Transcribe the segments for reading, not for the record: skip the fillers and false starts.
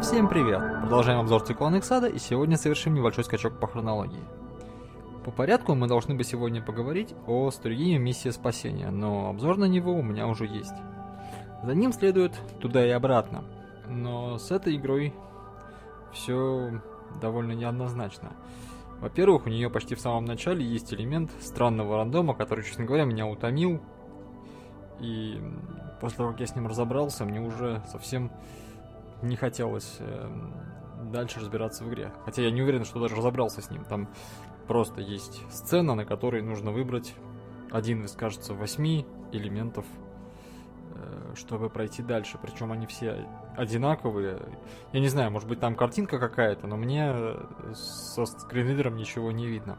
Всем привет! Продолжаем обзор цикла Нексада, и сегодня совершим небольшой скачок по хронологии. По порядку мы должны бы сегодня поговорить о сторигейме «Миссия спасения», но обзор на него у меня уже есть. За ним следует туда и обратно, но с этой игрой все довольно неоднозначно. Во-первых, у нее почти в самом начале есть элемент странного рандома, который, честно говоря, меня утомил, и после того, как я с ним разобрался, мне уже совсем не хотелось дальше разбираться в игре. Хотя я не уверен, что даже разобрался с ним. Там просто есть сцена, на которой нужно выбрать один из, кажется, 8 элементов, чтобы пройти дальше. Причем они все одинаковые. Я не знаю, может быть там картинка какая-то, но мне со скринридером ничего не видно.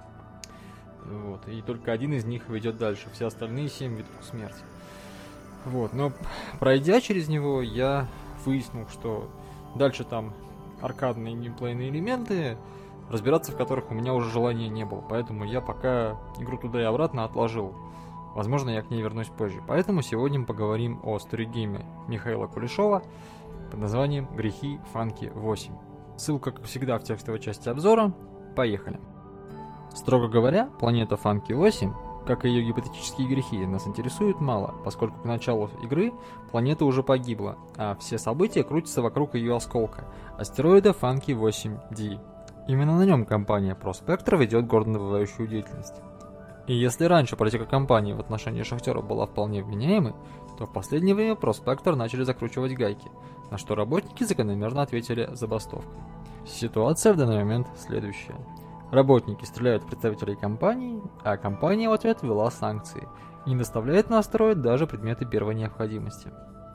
Вот. И только один из них ведет дальше. Все остальные 7 ведут к смерти. Вот. Но пройдя через него, я выяснил, что дальше там аркадные геймплейные элементы, разбираться в которых у меня уже желания не было. Поэтому я пока игру туда и обратно отложил. Возможно, я к ней вернусь позже. Поэтому сегодня мы поговорим о сторигейме Михаила Кулешова под названием «Грехи Фанки 8». Ссылка, как всегда, в текстовой части обзора. Поехали. Строго говоря, планета Фанки 8, как и ее гипотетические грехи, нас интересует мало, поскольку к началу игры планета уже погибла, а все события крутятся вокруг ее осколка, астероида Фанки 8D. Именно на нем компания Prospector ведет горнодобывающую деятельность. И если раньше политика компании в отношении шахтеров была вполне вменяемой, то в последнее время Prospector начали закручивать гайки, на что работники закономерно ответили забастовкой. Ситуация в данный момент следующая. Работники стреляют в представителей компании, а компания в ответ ввела санкции и не доставляет на астероид даже предметы первой необходимости.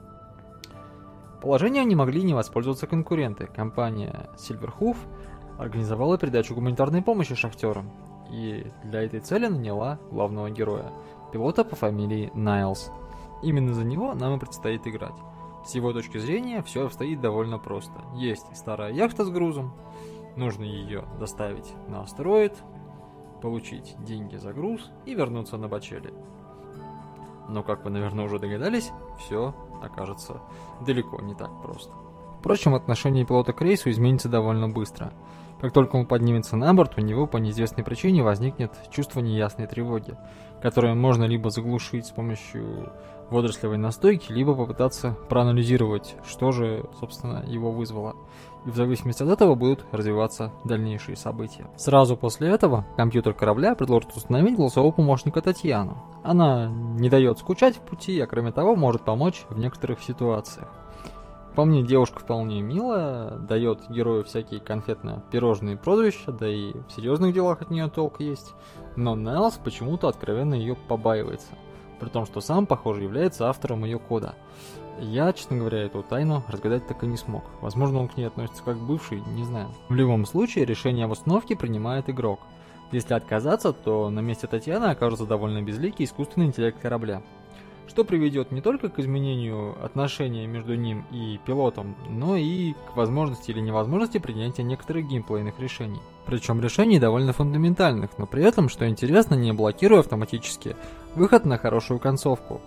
Положением не могли не воспользоваться конкуренты. Компания Silverhoof организовала передачу гуманитарной помощи шахтерам и для этой цели наняла главного героя, пилота по фамилии Найлс. Именно за него нам и предстоит играть. С его точки зрения все обстоит довольно просто. Есть старая яхта с грузом, нужно ее доставить на астероид, получить деньги за груз и вернуться на Бачели. Но, как вы, наверное, уже догадались, все окажется далеко не так просто. Впрочем, отношение пилота к рейсу изменится довольно быстро. Как только он поднимется на борт, у него по неизвестной причине возникнет чувство неясной тревоги, которое можно либо заглушить с помощью водорослевой настойки, либо попытаться проанализировать, что же, собственно, его вызвало. И в зависимости от этого будут развиваться дальнейшие события. Сразу после этого компьютер корабля предложит установить голосового помощника Татьяну. Она не дает скучать в пути, а кроме того может помочь в некоторых ситуациях. По мне, девушка вполне милая, дает герою всякие конфетно-пирожные прозвища, да и в серьезных делах от нее толк есть. Но Найлс почему-то откровенно ее побаивается, при том, что сам, похоже, является автором ее кода. Я, честно говоря, эту тайну разгадать так и не смог. Возможно, он к ней относится как бывший, не знаю. В любом случае, решение об установке принимает игрок. Если отказаться, то на месте Татьяны окажется довольно безликий искусственный интеллект корабля, что приведет не только к изменению отношения между ним и пилотом, но и к возможности или невозможности принятия некоторых геймплейных решений. Причем решений довольно фундаментальных, но при этом, что интересно, не блокируя автоматически выход на хорошую концовку.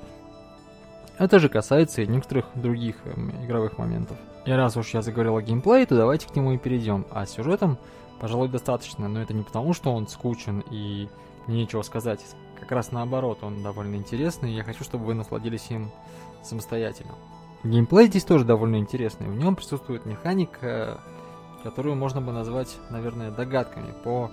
Это же касается и некоторых других игровых моментов. И раз уж я заговорил о геймплее, то давайте к нему и перейдем. А с сюжетом, пожалуй, достаточно, но это не потому, что он скучен и мне нечего сказать. Как раз наоборот, он довольно интересный, и я хочу, чтобы вы насладились им самостоятельно. Геймплей здесь тоже довольно интересный. В нем присутствует механика, которую можно бы назвать, наверное, догадками по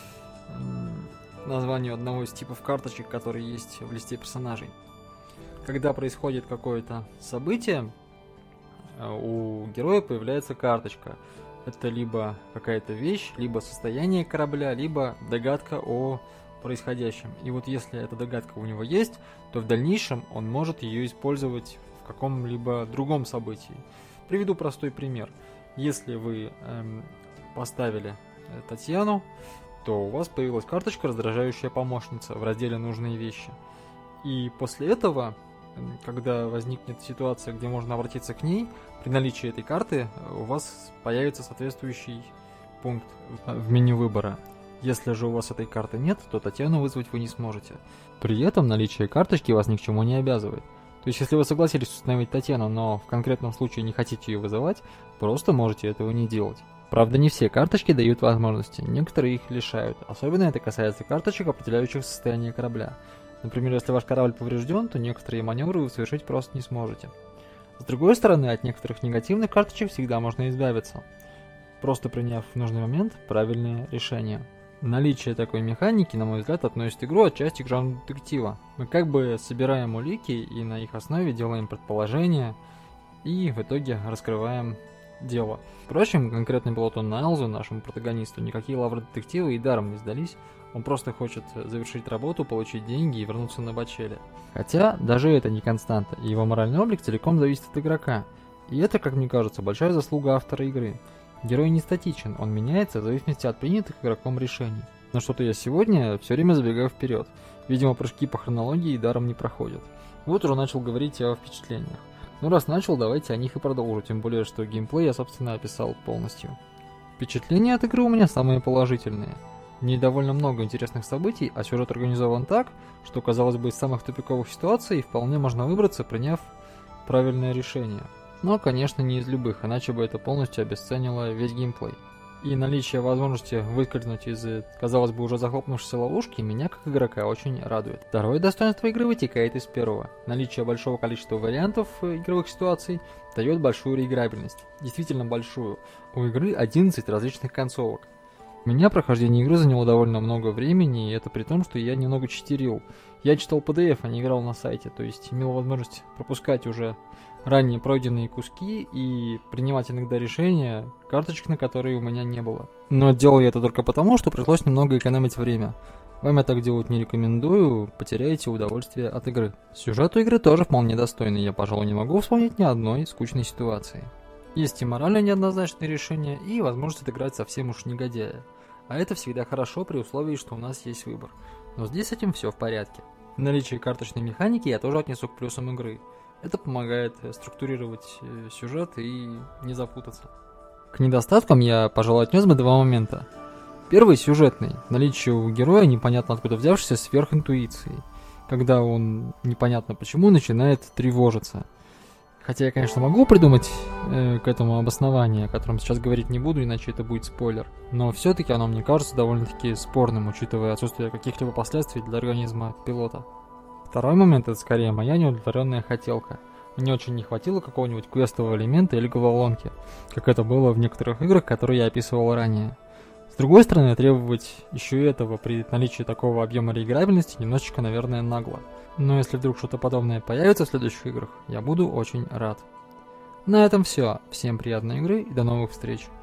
названию одного из типов карточек, которые есть в листе персонажей. Когда происходит какое-то событие, у героя появляется карточка. Это либо какая-то вещь, либо состояние корабля, либо догадка о происходящем. И вот если эта догадка у него есть, то в дальнейшем он может ее использовать в каком-либо другом событии. Приведу простой пример. Если вы поставили Татьяну, то у вас появилась карточка «Раздражающая помощница» в разделе «Нужные вещи». И после этого, когда возникнет ситуация, где можно обратиться к ней, при наличии этой карты у вас появится соответствующий пункт в меню выбора. Если же у вас этой карты нет, то Татьяну вызвать вы не сможете. При этом наличие карточки вас ни к чему не обязывает. То есть, если вы согласились установить Татьяну, но в конкретном случае не хотите ее вызывать, просто можете этого не делать. Правда, не все карточки дают возможности, некоторые их лишают. Особенно это касается карточек, определяющих состояние корабля. Например, если ваш корабль поврежден, то некоторые маневры вы совершить просто не сможете. С другой стороны, от некоторых негативных карточек всегда можно избавиться, просто приняв в нужный момент правильное решение. Наличие такой механики, на мой взгляд, относит игру отчасти к жанру детектива. Мы как бы собираем улики и на их основе делаем предположения, и в итоге раскрываем дело. Впрочем, конкретно пилоту Найлзу, нашему протагонисту, никакие лавры детектива и даром не сдались. Он просто хочет завершить работу, получить деньги и вернуться на бачеле. Хотя, даже это не константа, и его моральный облик целиком зависит от игрока. И это, как мне кажется, большая заслуга автора игры. Герой не статичен, он меняется в зависимости от принятых игроком решений. Но что-то я сегодня все время забегаю вперед. Видимо, прыжки по хронологии даром не проходят. Вот уже начал говорить о впечатлениях. Ну раз начал, давайте о них и продолжу, тем более, что геймплей я, собственно, описал полностью. Впечатления от игры у меня самые положительные. В ней довольно много интересных событий, а сюжет организован так, что, казалось бы, из самых тупиковых ситуаций вполне можно выбраться, приняв правильное решение. Но, конечно, не из любых, иначе бы это полностью обесценило весь геймплей. И наличие возможности выскользнуть из, казалось бы, уже захлопнувшейся ловушки меня, как игрока, очень радует. Второе достоинство игры вытекает из первого. Наличие большого количества вариантов игровых ситуаций дает большую реиграбельность. Действительно большую. У игры 11 различных концовок. У меня прохождение игры заняло довольно много времени, и это при том, что я немного читерил. Я читал PDF, а не играл на сайте, то есть имел возможность пропускать уже ранее пройденные куски и принимать иногда решения, карточек на которые у меня не было. Но делал я это только потому, что пришлось немного экономить время. Вам я так делать не рекомендую, потеряете удовольствие от игры. Сюжет у игры тоже вполне достойный, я, пожалуй, не могу вспомнить ни одной скучной ситуации. Есть и морально неоднозначные решения, и возможность отыграть совсем уж негодяя. А это всегда хорошо при условии, что у нас есть выбор. Но здесь с этим все в порядке. Наличие карточной механики я тоже отнесу к плюсам игры. Это помогает структурировать сюжет и не запутаться. К недостаткам я, пожалуй, отнес бы два момента. Первый сюжетный. Наличие у героя непонятно откуда взявшейся сверхинтуиции. Когда он непонятно почему начинает тревожиться. Хотя я, конечно, могу придумать к этому обоснование, о котором сейчас говорить не буду, иначе это будет спойлер. Но все-таки оно мне кажется довольно-таки спорным, учитывая отсутствие каких-либо последствий для организма пилота. Второй момент — это скорее моя неудовлетворенная хотелка. Мне очень не хватило какого-нибудь квестового элемента или головоломки, как это было в некоторых играх, которые я описывал ранее. С другой стороны, требовать еще и этого при наличии такого объема реиграбельности немножечко, наверное, нагло. Но если вдруг что-то подобное появится в следующих играх, я буду очень рад. На этом все. Всем приятной игры и до новых встреч.